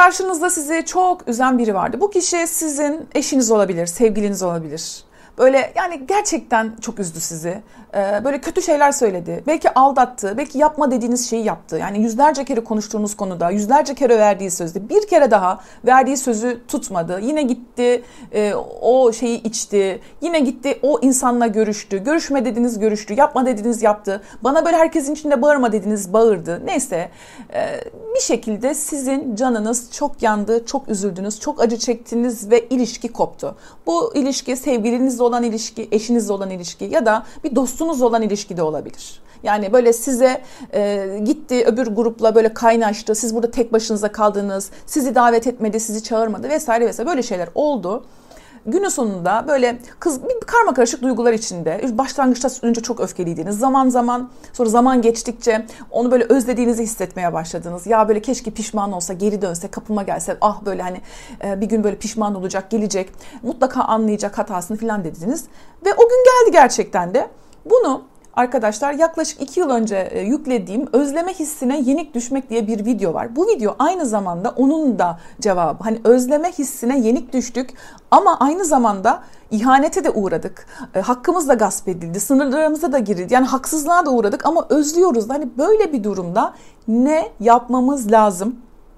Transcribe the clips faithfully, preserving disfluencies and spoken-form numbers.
karşınızda sizi çok üzen biri vardı. Bu kişi sizin eşiniz olabilir, sevgiliniz olabilir. Böyle yani gerçekten çok üzdü sizi. Ee, böyle kötü şeyler söyledi. Belki aldattı, belki yapma dediğiniz şeyi yaptı. Yani yüzlerce kere konuştuğunuz konuda, yüzlerce kere verdiği sözde bir kere daha verdiği sözü tutmadı. Yine gitti e, o şeyi içti. Yine gitti o insanla görüştü. Görüşme dediniz görüştü. Yapma dediniz yaptı. Bana böyle herkesin içinde bağırma dediniz bağırdı. Neyse e, bir şekilde sizin canınız çok yandı, çok üzüldünüz, çok acı çektiniz ve ilişki koptu. Bu ilişki sevgilinizle olan ilişki, eşinizle olan ilişki ya da bir dostunuzla olan ilişki de olabilir. Yani böyle size e, gitti öbür grupla böyle kaynaştı, siz burada tek başınıza kaldınız, sizi davet etmedi, sizi çağırmadı vesaire vesaire böyle şeyler oldu. Günün sonunda böyle kız bir karma karışık duygular içinde. Başlangıçta önce çok öfkeliydiniz. Zaman zaman sonra zaman geçtikçe onu böyle özlediğinizi hissetmeye başladınız. Ya böyle keşke pişman olsa, geri dönse, kapıma gelse. Ah böyle hani bir gün böyle pişman olacak, gelecek. Mutlaka anlayacak hatasını falan dediniz. Ve o gün geldi gerçekten de. Bunu arkadaşlar yaklaşık iki yıl önce yüklediğim özleme hissine yenik düşmek diye bir video var. Bu video aynı zamanda onun da cevabı. Hani özleme hissine yenik düştük ama aynı zamanda ihanete de uğradık. E, hakkımız da gasp edildi, sınırlarımıza da girildi. Yani haksızlığa da uğradık ama özlüyoruz. Hani böyle bir durumda ne yapmamız lazım?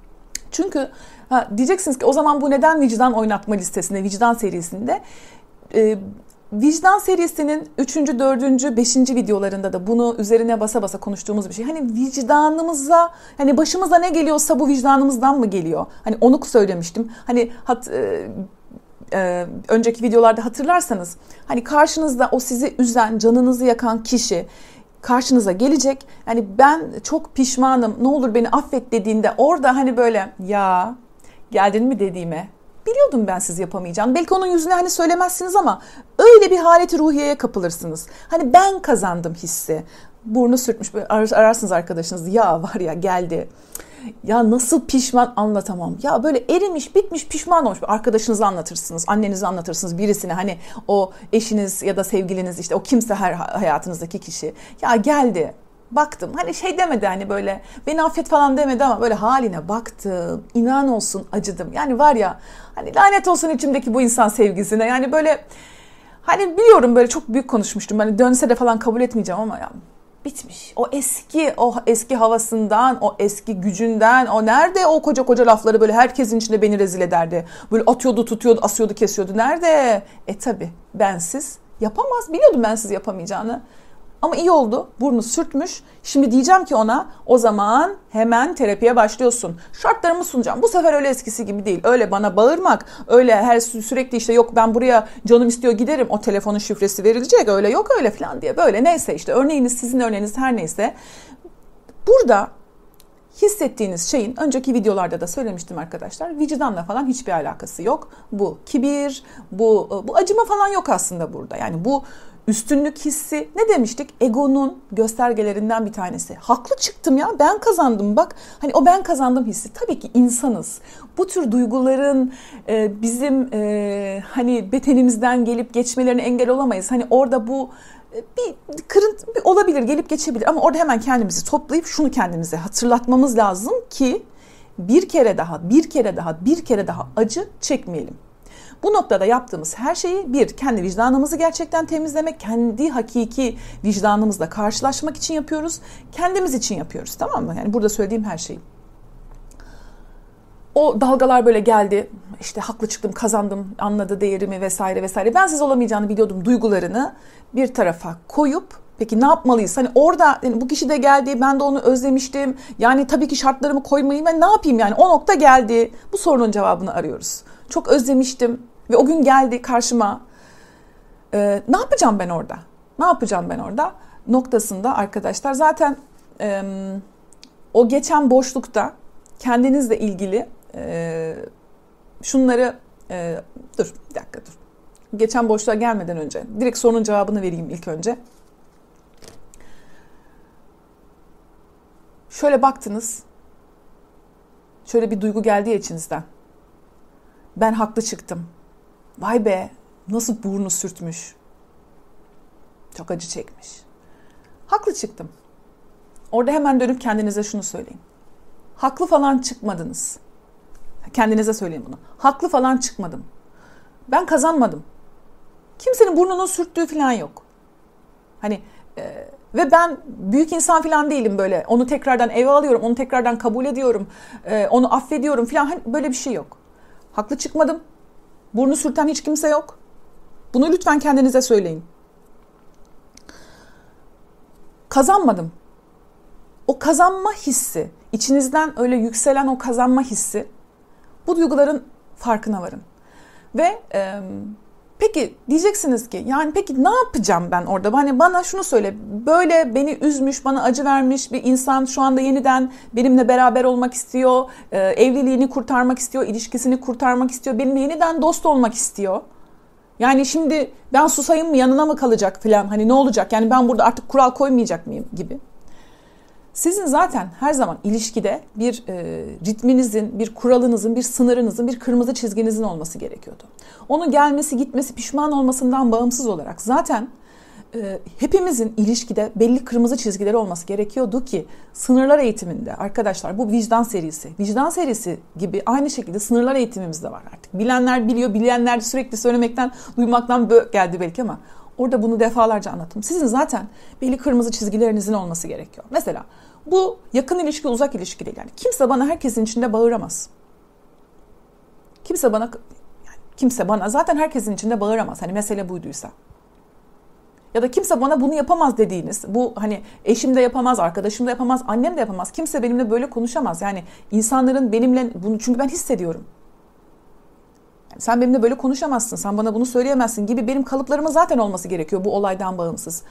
Çünkü ha, diyeceksiniz ki o zaman bu neden vicdan oynatma listesinde, vicdan serisinde... E, Vicdan serisinin üçüncü, dördüncü, beşinci videolarında da bunu üzerine basa basa konuştuğumuz bir şey. Hani vicdanımıza, hani başımıza ne geliyorsa bu vicdanımızdan mı geliyor? Hani onu söylemiştim. Hani hat, e, e, önceki videolarda hatırlarsanız hani karşınızda o sizi üzen, canınızı yakan kişi karşınıza gelecek. Yani ben çok pişmanım, ne olur beni affet dediğinde orada hani böyle ya geldin mi dediğime biliyordum ben siz yapamayacağını. Belki onun yüzüne hani söylemezsiniz ama öyle bir haleti ruhiyeye kapılırsınız. Hani ben kazandım hissi. Burnu sürtmüş böyle ararsınız arkadaşınızı. Ya var ya geldi. Ya nasıl pişman anlatamam. Ya böyle erimiş bitmiş pişman olmuş. Arkadaşınıza anlatırsınız. Annenize anlatırsınız. Birisine hani o eşiniz ya da sevgiliniz işte o kimse her hayatınızdaki kişi. Ya geldi. Baktım hani şey demedi hani böyle beni affet falan demedi ama böyle haline baktım. İnan olsun acıdım. Yani var ya hani lanet olsun içimdeki bu insan sevgisine. Yani böyle hani biliyorum böyle çok büyük konuşmuştum. Hani dönse de falan kabul etmeyeceğim ama ya bitmiş. O eski o eski havasından, o eski gücünden, o nerede o koca koca lafları böyle herkesin içinde beni rezil ederdi. Böyle atıyordu, tutuyordu, asıyordu, kesiyordu. Nerede? E tabii bensiz yapamaz. Biliyordum bensiz yapamayacağını. Ama iyi oldu. Burnu sürtmüş. Şimdi diyeceğim ki ona o zaman hemen terapiye başlıyorsun. Şartlarımı sunacağım. Bu sefer öyle eskisi gibi değil. Öyle bana bağırmak, öyle her sürekli işte yok ben buraya canım istiyor giderim. O telefonun şifresi verilecek. Öyle yok öyle falan diye. Böyle neyse işte örneğiniz sizin örneğiniz her neyse. Burada hissettiğiniz şeyin önceki videolarda da söylemiştim arkadaşlar. Vicdanla falan hiçbir alakası yok. Bu kibir, bu bu acıma falan yok aslında burada. Yani bu üstünlük hissi ne demiştik? Egonun göstergelerinden bir tanesi. Haklı çıktım ya ben kazandım bak. Hani o ben kazandım hissi. Tabii ki insanız. Bu tür duyguların e, bizim e, hani bedenimizden gelip geçmelerine engel olamayız. Hani orada bu bir kırıntı bir olabilir, gelip geçebilir ama orada hemen kendimizi toplayıp şunu kendimize hatırlatmamız lazım ki bir kere daha, bir kere daha, bir kere daha acı çekmeyelim. Bu noktada yaptığımız her şeyi bir, kendi vicdanımızı gerçekten temizlemek, kendi hakiki vicdanımızla karşılaşmak için yapıyoruz. Kendimiz için yapıyoruz, tamam mı? Yani burada söylediğim her şeyi. O dalgalar böyle geldi, işte haklı çıktım, kazandım, anladı değerimi vesaire vesaire. Ben siz olamayacağını biliyordum duygularını bir tarafa koyup, peki ne yapmalıyız? Hani orada yani bu kişi de geldi, ben de onu özlemiştim. Yani tabii ki şartlarımı koymayayım ve ne yapayım yani o nokta geldi. Bu sorunun cevabını arıyoruz. Çok özlemiştim ve o gün geldi karşıma. Ee, ne yapacağım ben orada? Ne yapacağım ben orada? Noktasında arkadaşlar zaten e, o geçen boşlukta kendinizle ilgili e, şunları e, dur bir dakika dur. Geçen boşluğa gelmeden önce direkt sorunun cevabını vereyim ilk önce. Şöyle baktınız. Şöyle bir duygu geldi ya içinizden. Ben haklı çıktım. Vay be, nasıl burnu sürtmüş. Çok acı çekmiş. Haklı çıktım. Orada hemen dönüp kendinize şunu söyleyin. Haklı falan çıkmadınız. Kendinize söyleyin bunu. Haklı falan çıkmadım. Ben kazanmadım. Kimsenin burnunun sürttüğü falan yok. Hani e, ve ben büyük insan falan değilim böyle. Onu tekrardan eve alıyorum, onu tekrardan kabul ediyorum, e, onu affediyorum falan. Hani böyle bir şey yok. Haklı çıkmadım. Burnu sürten hiç kimse yok. Bunu lütfen kendinize söyleyin. Kazanmadım. O kazanma hissi, içinizden öyle yükselen o kazanma hissi, bu duyguların farkına varın. Ve e, peki diyeceksiniz ki yani peki ne yapacağım ben orada? Hani bana şunu söyle, böyle beni üzmüş, bana acı vermiş bir insan şu anda yeniden benimle beraber olmak istiyor, e, evliliğini kurtarmak istiyor, ilişkisini kurtarmak istiyor, benimle yeniden dost olmak istiyor. Yani şimdi ben susayım mı, yanına mı kalacak falan, hani ne olacak? Yani ben burada artık kural koymayacak mıyım gibi. Sizin zaten her zaman ilişkide bir e, ritminizin, bir kuralınızın, bir sınırınızın, bir kırmızı çizginizin olması gerekiyordu. Onun gelmesi, gitmesi, pişman olmasından bağımsız olarak zaten e, hepimizin ilişkide belli kırmızı çizgileri olması gerekiyordu ki sınırlar eğitiminde arkadaşlar, bu vicdan serisi, vicdan serisi gibi aynı şekilde sınırlar eğitimimiz de var artık. Bilenler biliyor, bilenler de sürekli söylemekten, duymaktan bö geldi belki ama orada bunu defalarca anlattım. Sizin zaten belli kırmızı çizgilerinizin olması gerekiyor. Mesela bu yakın ilişki, uzak ilişki değil. Yani kimse bana herkesin içinde bağıramaz. Kimse bana yani kimse bana zaten herkesin içinde bağıramaz. Hani mesele buyduysa. Ya da kimse bana bunu yapamaz dediğiniz, bu hani eşim de yapamaz, arkadaşım da yapamaz, annem de yapamaz. Kimse benimle böyle konuşamaz. Yani insanların benimle bunu, çünkü ben hissediyorum. Yani sen benimle böyle konuşamazsın, sen bana bunu söyleyemezsin gibi benim kalıplarımın zaten olması gerekiyor bu olaydan bağımsız.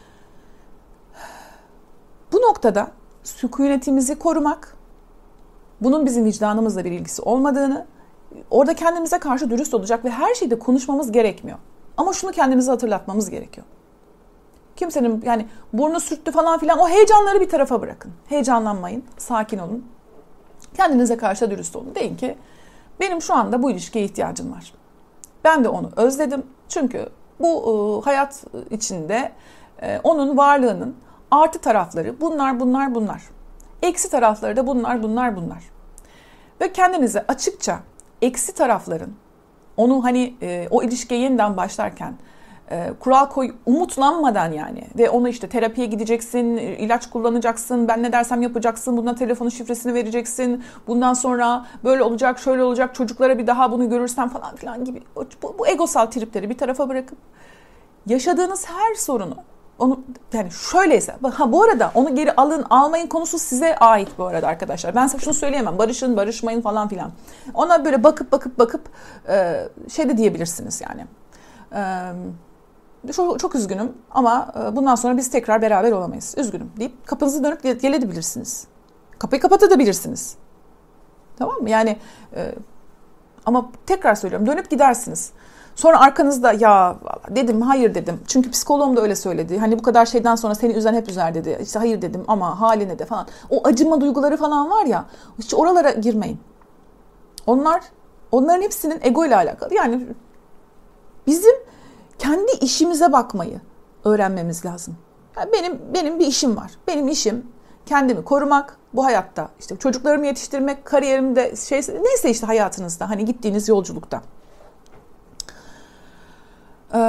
Bu noktada sükunetimizi korumak, bunun bizim vicdanımızla bir ilgisi olmadığını, orada kendimize karşı dürüst olacak ve her şeyde konuşmamız gerekmiyor. Ama şunu kendimize hatırlatmamız gerekiyor. Kimsenin yani burnu sürttü falan filan, o heyecanları bir tarafa bırakın. Heyecanlanmayın, sakin olun. Kendinize karşı dürüst olun. Deyin ki benim şu anda bu ilişkiye ihtiyacım var. Ben de onu özledim. Çünkü bu e, hayat içinde e, onun varlığının artı tarafları bunlar, bunlar, bunlar. Eksi tarafları da bunlar, bunlar, bunlar. Ve kendinize açıkça eksi tarafların, onu hani e, o ilişkiye yeniden başlarken e, kural koy, umutlanmadan yani ve onu işte terapiye gideceksin, ilaç kullanacaksın, ben ne dersem yapacaksın, bundan telefonun şifresini vereceksin, bundan sonra böyle olacak, şöyle olacak, çocuklara bir daha bunu görürsen falan filan gibi bu, bu egosal tripleri bir tarafa bırakıp yaşadığınız her sorunu, onu yani şöyleyse, ha bu arada onu geri alın almayın konusu size ait bu arada arkadaşlar. Ben size şunu söyleyemem, barışın barışmayın falan filan. Ona böyle bakıp bakıp bakıp e, şey de diyebilirsiniz yani. E, çok, çok üzgünüm ama e, bundan sonra biz tekrar beraber olamayız. Üzgünüm deyip kapınızı dönüp gelebilirsiniz. Kapıyı kapatabilirsiniz. Tamam mı? Yani e, ama tekrar söylüyorum, dönüp gidersiniz. Sonra arkanızda ya dedim, hayır dedim. Çünkü psikoloğum da öyle söyledi. Hani bu kadar şeyden sonra seni üzen hep üzer dedi. İşte hayır dedim ama haline de falan. O acıma duyguları falan var ya, hiç oralara girmeyin. Onlar, onların hepsinin ego ile alakalı. Yani bizim kendi işimize bakmayı öğrenmemiz lazım. Yani benim benim bir işim var. Benim işim kendimi korumak, bu hayatta işte çocuklarımı yetiştirmek, kariyerimde şey neyse işte hayatınızda hani gittiğiniz yolculukta. Ee,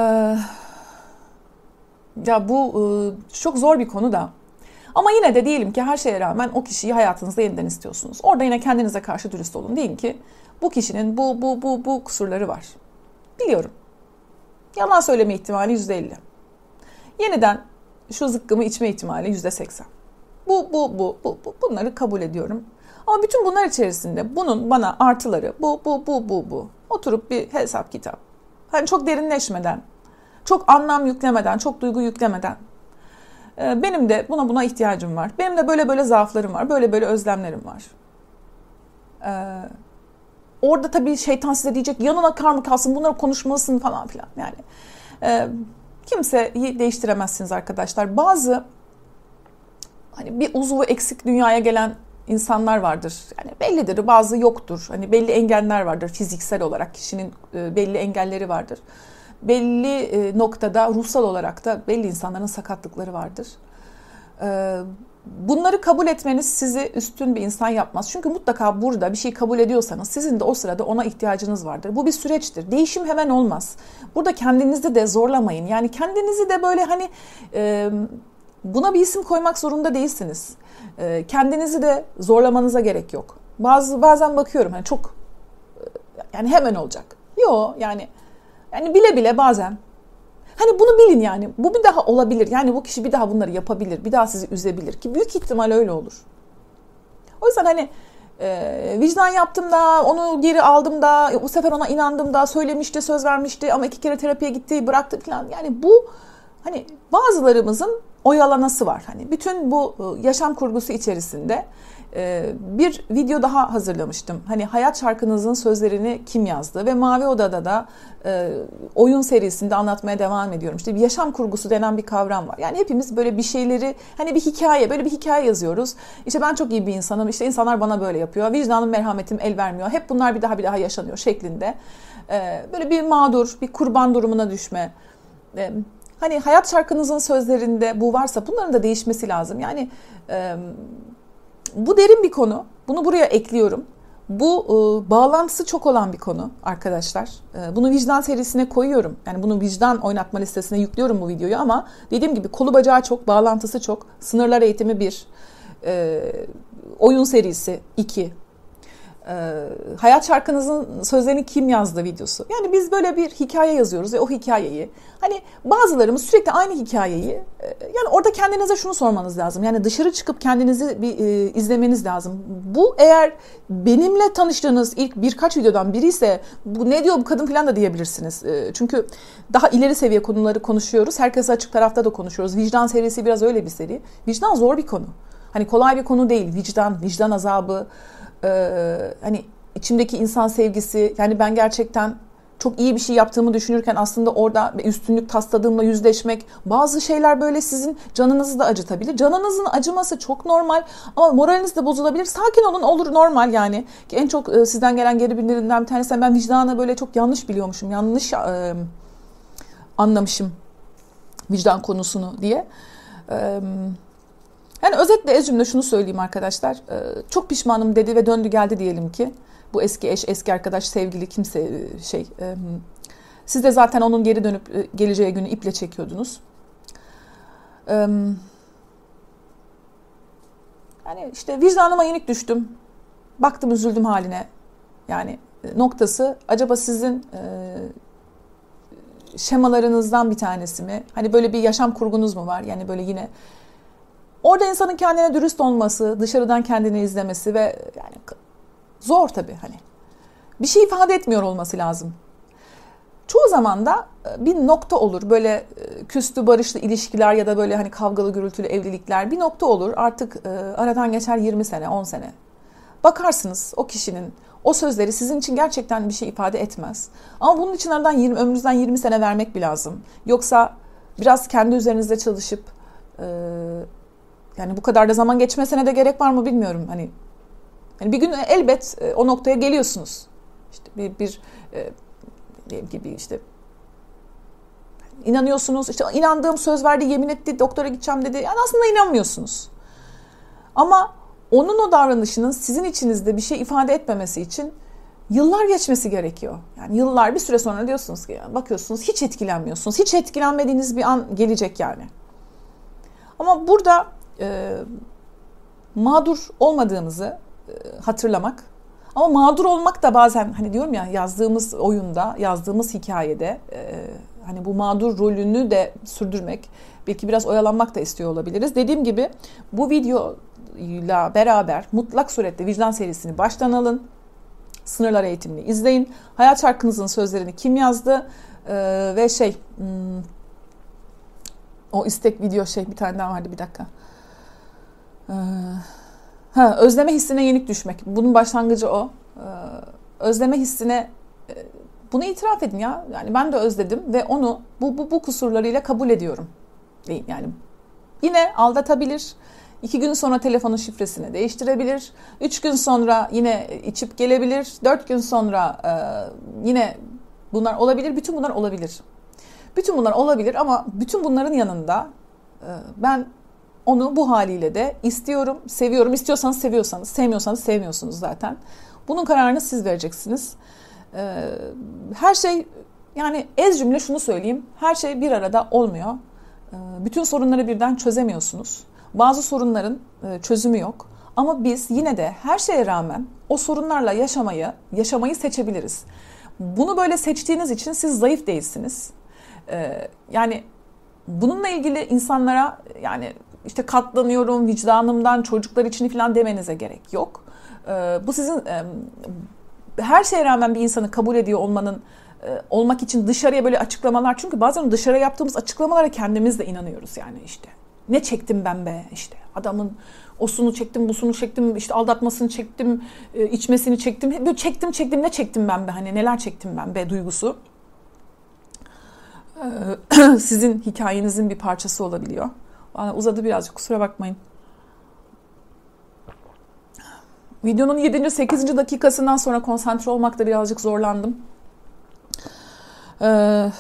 ya bu e, çok zor bir konu da. Ama yine de diyelim ki her şeye rağmen o kişiyi hayatınızda yeniden istiyorsunuz. Orada yine kendinize karşı dürüst olun. Deyin ki bu kişinin bu bu bu bu kusurları var. Biliyorum. Yalan söyleme ihtimali yüzde elli. Yeniden şu zıkkımı içme ihtimali yüzde seksen. Bu bu bu bu bu bunları kabul ediyorum. Ama bütün bunlar içerisinde bunun bana artıları bu bu bu bu bu. Oturup bir hesap kitap. Hani çok derinleşmeden, çok anlam yüklemeden, çok duygu yüklemeden. Benim de buna buna ihtiyacım var. Benim de böyle böyle zaaflarım var. Böyle böyle özlemlerim var. Ee, orada tabii şeytan size diyecek yanına kar mı kalsın, bunları konuşmalısın falan filan. Yani e, kimseyi değiştiremezsiniz arkadaşlar. Bazı hani bir uzvu eksik dünyaya gelen insanlar vardır. Yani bellidir, bazı yoktur. Hani belli engeller vardır fiziksel olarak. Kişinin e, belli engelleri vardır. Belli e, noktada ruhsal olarak da belli insanların sakatlıkları vardır. E, bunları kabul etmeniz sizi üstün bir insan yapmaz. Çünkü mutlaka burada bir şey kabul ediyorsanız sizin de o sırada ona ihtiyacınız vardır. Bu bir süreçtir. Değişim hemen olmaz. Burada kendinizi de zorlamayın. Yani kendinizi de böyle hani e, buna bir isim koymak zorunda değilsiniz. E, kendinizi de zorlamanıza gerek yok. Bazı bazen bakıyorum hani çok yani hemen olacak. Yok yani yani bile bile bazen. Hani bunu bilin yani. Bu bir daha olabilir. Yani bu kişi bir daha bunları yapabilir. Bir daha sizi üzebilir ki büyük ihtimal öyle olur. O yüzden hani e, vicdan yaptım da onu geri aldım da bu sefer ona inandım da söylemişti, söz vermişti ama iki kere terapiye gitti, bıraktı falan. Yani bu hani bazılarımızın oyalanası var. Hani bütün bu yaşam kurgusu içerisinde bir video daha hazırlamıştım. Hani hayat şarkınızın sözlerini kim yazdı ve Mavi Oda'da da e, oyun serisinde anlatmaya devam ediyorum. İşte bir yaşam kurgusu denen bir kavram var. Yani hepimiz böyle bir şeyleri hani bir hikaye, böyle bir hikaye yazıyoruz. İşte ben çok iyi bir insanım. İşte insanlar bana böyle yapıyor. Vicdanım, merhametim el vermiyor. Hep bunlar bir daha bir daha yaşanıyor şeklinde. E, böyle bir mağdur, bir kurban durumuna düşme. E, hani hayat şarkınızın sözlerinde bu varsa bunların da değişmesi lazım. Yani e, bu derin bir konu. Bunu buraya ekliyorum. Bu e, bağlantısı çok olan bir konu arkadaşlar. E, bunu vicdan serisine koyuyorum. Yani bunu vicdan oynatma listesine yüklüyorum bu videoyu ama dediğim gibi kolu bacağı çok, bağlantısı çok. Sınırlar eğitimi bir, e, oyun serisi iki, e, hayat şarkınızın sözlerini kim yazdı videosu. Yani biz böyle bir hikaye yazıyoruz ve o hikayeyi hani bazılarımız sürekli aynı hikayeyi yani orada kendinize şunu sormanız lazım. Yani dışarı çıkıp kendinizi bir e, izlemeniz lazım. Bu eğer benimle tanıştığınız ilk birkaç videodan biri ise bu ne diyor bu kadın falan da diyebilirsiniz. E, çünkü daha ileri seviye konuları konuşuyoruz. Herkese açık tarafta da konuşuyoruz. Vicdan serisi biraz öyle bir seri. Vicdan zor bir konu. Hani kolay bir konu değil. Vicdan, vicdan azabı, e, hani içimdeki insan sevgisi. Yani ben gerçekten çok iyi bir şey yaptığımı düşünürken aslında orada üstünlük tasladığımla yüzleşmek, bazı şeyler böyle sizin canınızı da acıtabilir. Canınızın acıması çok normal ama moraliniz de bozulabilir. Sakin olun, olur, normal yani. Ki en çok sizden gelen geri bildirimlerinden bir tanesi ben vicdanı böyle çok yanlış biliyormuşum, yanlış e, anlamışım vicdan konusunu diye. E, yani özetle ez cümle şunu söyleyeyim arkadaşlar. E, çok pişmanım dedi ve döndü geldi diyelim ki. Bu eski eş, eski arkadaş, sevgili kimse şey. E, siz de zaten onun geri dönüp e, geleceği günü iple çekiyordunuz. E, yani işte vicdanıma yenik düştüm. Baktım üzüldüm haline. Yani e, noktası acaba sizin e, şemalarınızdan bir tanesi mi? Hani böyle bir yaşam kurgunuz mu var? Yani böyle yine orada insanın kendine dürüst olması, dışarıdan kendini izlemesi ve yani zor tabii hani. Bir şey ifade etmiyor olması lazım. Çoğu zaman da bir nokta olur. Böyle küslü barışlı ilişkiler ya da böyle hani kavgalı gürültülü evlilikler bir nokta olur. Artık aradan geçer yirmi sene, on sene. Bakarsınız o kişinin o sözleri sizin için gerçekten bir şey ifade etmez. Ama bunun için aradan yirmi, ömrünüzden yirmi sene vermek bir lazım. Yoksa biraz kendi üzerinizde çalışıp yani bu kadar da zaman geçmesine de gerek var mı bilmiyorum. Hani yani bir gün elbet o noktaya geliyorsunuz. İşte bir bir e, diyelim ki bir işte inanıyorsunuz. İşte inandığım söz verdi, yemin etti, doktora gideceğim dedi. Yani aslında inanmıyorsunuz. Ama onun o davranışının sizin içinizde bir şey ifade etmemesi için yıllar geçmesi gerekiyor. Yani yıllar bir süre sonra diyorsunuz ki yani bakıyorsunuz hiç etkilenmiyorsunuz. Hiç etkilenmediğiniz bir an gelecek yani. Ama burada e, mağdur olmadığımızı e, hatırlamak. Ama mağdur olmak da bazen hani diyorum ya yazdığımız oyunda, yazdığımız hikayede e, hani bu mağdur rolünü de sürdürmek, belki biraz oyalanmak da istiyor olabiliriz. Dediğim gibi bu videoyla beraber mutlak surette vicdan serisini baştan alın. Sınırlar eğitimini izleyin. Hayat şarkınızın sözlerini kim yazdı e, ve şey hmm, o istek video şey bir tane daha vardı bir dakika. Eee Ha, özleme hissine yenik düşmek. Bunun başlangıcı o. Ee, özleme hissine e, bunu itiraf edin ya. Yani ben de özledim ve onu bu bu bu kusurlarıyla kabul ediyorum. Değil yani. Yine aldatabilir. İki gün sonra telefonun şifresini değiştirebilir. Üç gün sonra yine içip gelebilir. Dört gün sonra e, yine bunlar olabilir. Bütün bunlar olabilir. Bütün bunlar olabilir ama bütün bunların yanında e, ben onu bu haliyle de istiyorum, seviyorum. İstiyorsanız seviyorsanız, sevmiyorsanız sevmiyorsunuz zaten. Bunun kararını siz vereceksiniz. Her şey, yani ez cümle şunu söyleyeyim. Her şey bir arada olmuyor. Bütün sorunları birden çözemiyorsunuz. Bazı sorunların çözümü yok. Ama biz yine de her şeye rağmen o sorunlarla yaşamayı, yaşamayı seçebiliriz. Bunu böyle seçtiğiniz için siz zayıf değilsiniz. Yani bununla ilgili insanlara yani işte katlanıyorum, vicdanımdan çocuklar için falan demenize gerek yok. Bu sizin her şeye rağmen bir insanı kabul ediyor olmanın olmak için dışarıya böyle açıklamalar, çünkü bazen dışarıya yaptığımız açıklamalara kendimiz de inanıyoruz yani işte. Ne çektim ben be işte, adamın osunu çektim, busunu çektim, işte aldatmasını çektim, içmesini çektim, böyle çektim çektim ne çektim ben be, hani neler çektim ben be duygusu sizin hikayenizin bir parçası olabiliyor. Bana uzadı birazcık, kusura bakmayın. Videonun yedinci sekizinci dakikasından sonra konsantre olmakta birazcık zorlandım. Ee,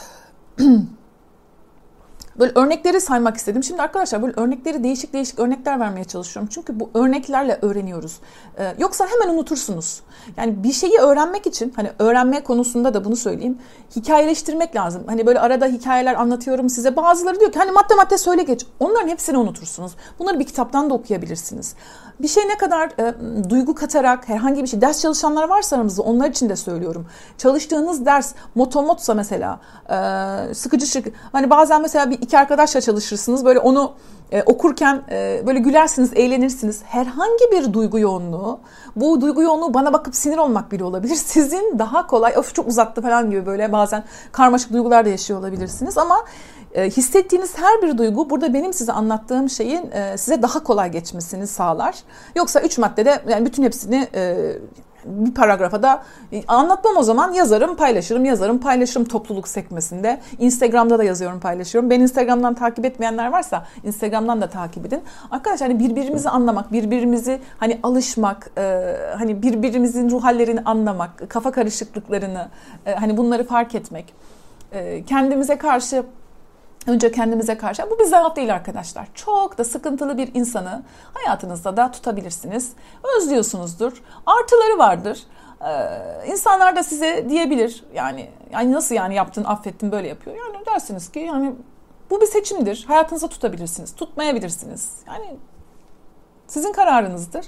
böyle örnekleri saymak istedim. Şimdi arkadaşlar böyle örnekleri, değişik değişik örnekler vermeye çalışıyorum. Çünkü bu örneklerle öğreniyoruz. Ee, yoksa hemen unutursunuz. Yani bir şeyi öğrenmek için, hani öğrenme konusunda da bunu söyleyeyim, hikayeleştirmek lazım. Hani böyle arada hikayeler anlatıyorum size. Bazıları diyor ki hani madde madde söyle geç. Onların hepsini unutursunuz. Bunları bir kitaptan da okuyabilirsiniz. Bir şey ne kadar e, duygu katarak herhangi bir şey, ders çalışanlar varsa aramızda, onlar için de söylüyorum. Çalıştığınız ders motomotsa mesela e, sıkıcı şık, hani bazen mesela bir iki arkadaşla çalışırsınız, böyle onu e, okurken e, böyle gülersiniz, eğlenirsiniz. Herhangi bir duygu yoğunluğu, bu duygu yoğunluğu bana bakıp sinir olmak bile olabilir. Sizin daha kolay, of çok uzattı falan gibi böyle bazen karmaşık duygular da yaşıyor olabilirsiniz ama E, hissettiğiniz her bir duygu burada benim size anlattığım şeyin e, size daha kolay geçmesini sağlar. Yoksa üç maddede yani bütün hepsini e, bir paragrafa da e, anlatmam, o zaman yazarım, paylaşırım, yazarım, paylaşırım topluluk sekmesinde. Instagram'da da yazıyorum, paylaşıyorum. Ben Instagram'dan takip etmeyenler varsa Instagram'dan da takip edin. Arkadaşlar hani birbirimizi anlamak, birbirimizi hani alışmak, e, hani birbirimizin ruh hallerini anlamak, kafa karışıklıklarını, e, hani bunları fark etmek, e, kendimize karşı Önce kendimize karşı. Bu bir zaaf değil arkadaşlar. Çok da sıkıntılı bir insanı hayatınızda da tutabilirsiniz. Özlüyorsunuzdur. Artıları vardır. Ee, insanlar da size diyebilir. Yani, yani nasıl yani yaptın, affettin, böyle yapıyor. Yani dersiniz ki yani bu bir seçimdir. Hayatınızda tutabilirsiniz. Tutmayabilirsiniz. Yani sizin kararınızdır.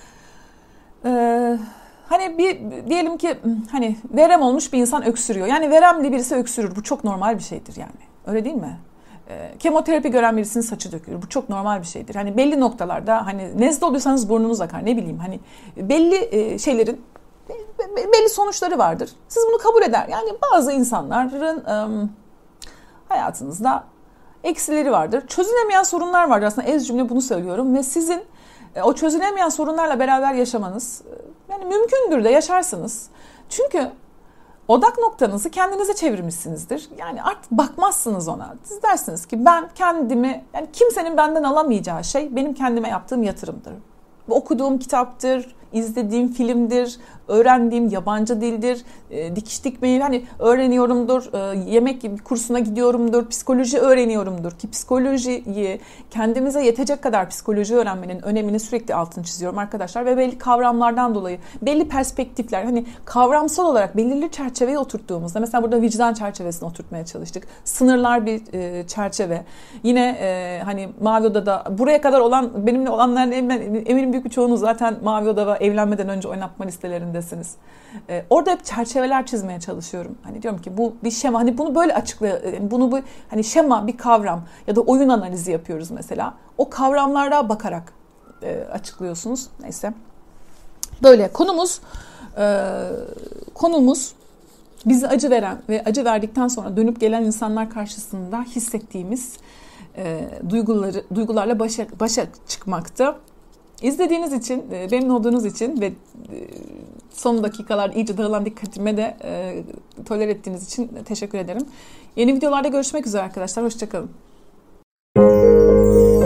Ee, hani bir diyelim ki hani verem olmuş bir insan öksürüyor. Yani veremli birisi öksürür. Bu çok normal bir şeydir yani. Öyle değil mi? E, kemoterapi gören birisinin saçı dökülür. Bu çok normal bir şeydir. Hani belli noktalarda hani nezle oluyorsanız burnunuz akar, ne bileyim, hani belli e, şeylerin belli sonuçları vardır. Siz bunu kabul eder. Yani bazı insanların e, hayatınızda eksileri vardır. Çözülemeyen sorunlar vardır. Aslında ez cümle bunu söylüyorum ve sizin e, o çözülemeyen sorunlarla beraber yaşamanız e, yani mümkündür de, yaşarsınız. Çünkü odak noktanızı kendinize çevirmişsinizdir. Yani artık bakmazsınız ona. Siz dersiniz ki ben kendimi, yani kimsenin benden alamayacağı şey benim kendime yaptığım yatırımdır. Bu okuduğum kitaptır, izlediğim filmdir, öğrendiğim yabancı dildir, e, dikiş dikmeyi hani öğreniyorumdur, e, yemek kursuna gidiyorumdur, psikoloji öğreniyorumdur ki psikolojiyi, kendimize yetecek kadar psikoloji öğrenmenin önemini sürekli altını çiziyorum arkadaşlar ve belli kavramlardan dolayı, belli perspektifler, hani kavramsal olarak belirli çerçeveye oturttuğumuzda, mesela burada vicdan çerçevesine oturtmaya çalıştık. Sınırlar bir e, çerçeve. Yine e, hani Mavi Oda'da buraya kadar olan, benimle olanların eminim büyük bir çoğunuz zaten Mavi Oda ve evlenmeden önce oynatma listelerindesiniz. Ee, orada hep çerçeveler çizmeye çalışıyorum. Hani diyorum ki bu bir şema, hani bunu böyle açıkla, yani bunu bu hani şema bir kavram ya da oyun analizi yapıyoruz mesela. O kavramlara bakarak e, açıklıyorsunuz. Neyse. Böyle konumuz e, konumuz bizi acı veren ve acı verdikten sonra dönüp gelen insanlar karşısında hissettiğimiz e, duyguları duygularla başa başa çıkmaktı. İzlediğiniz için, memnun olduğunuz için ve son dakikalar iyice dağılan dikkatime de e, tolere ettiğiniz için teşekkür ederim. Yeni videolarda görüşmek üzere arkadaşlar. Hoşça kalın.